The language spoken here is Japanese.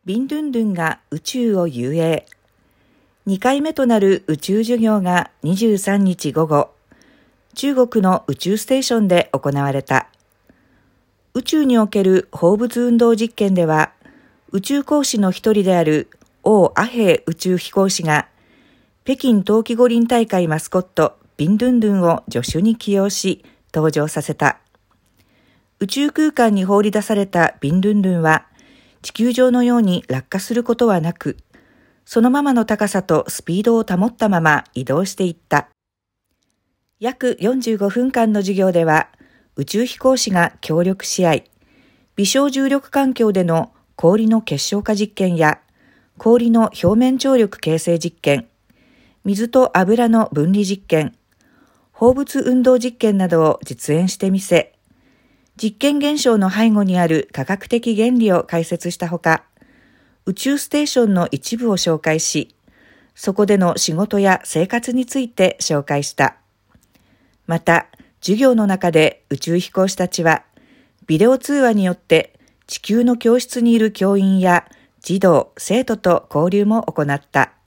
ビンドゥンドゥンが宇宙を遊泳。2回目となる宇宙授業が23日午後、中国の宇宙ステーションで行われた。宇宙における放物運動実験では、宇宙飛士の一人である王阿平宇宙飛行士が、北京冬季五輪大会マスコットビンドゥンドゥンを助手に起用し、登場させた。宇宙空間に放り出されたビンドゥンドゥンは、地球上のように落下することはなく、そのままの高さとスピードを保ったまま移動していった。約45分間の授業では、宇宙飛行士が協力し合い、微小重力環境での氷の結晶化実験や、氷の表面張力形成実験、水と油の分離実験、放物運動実験などを実演してみせ、実験現象の背後にある科学的原理を解説したほか、宇宙ステーションの一部を紹介し、そこでの仕事や生活について紹介した。また、授業の中で宇宙飛行士たちは、ビデオ通話によって地球の教室にいる教員や児童、生徒と交流も行った。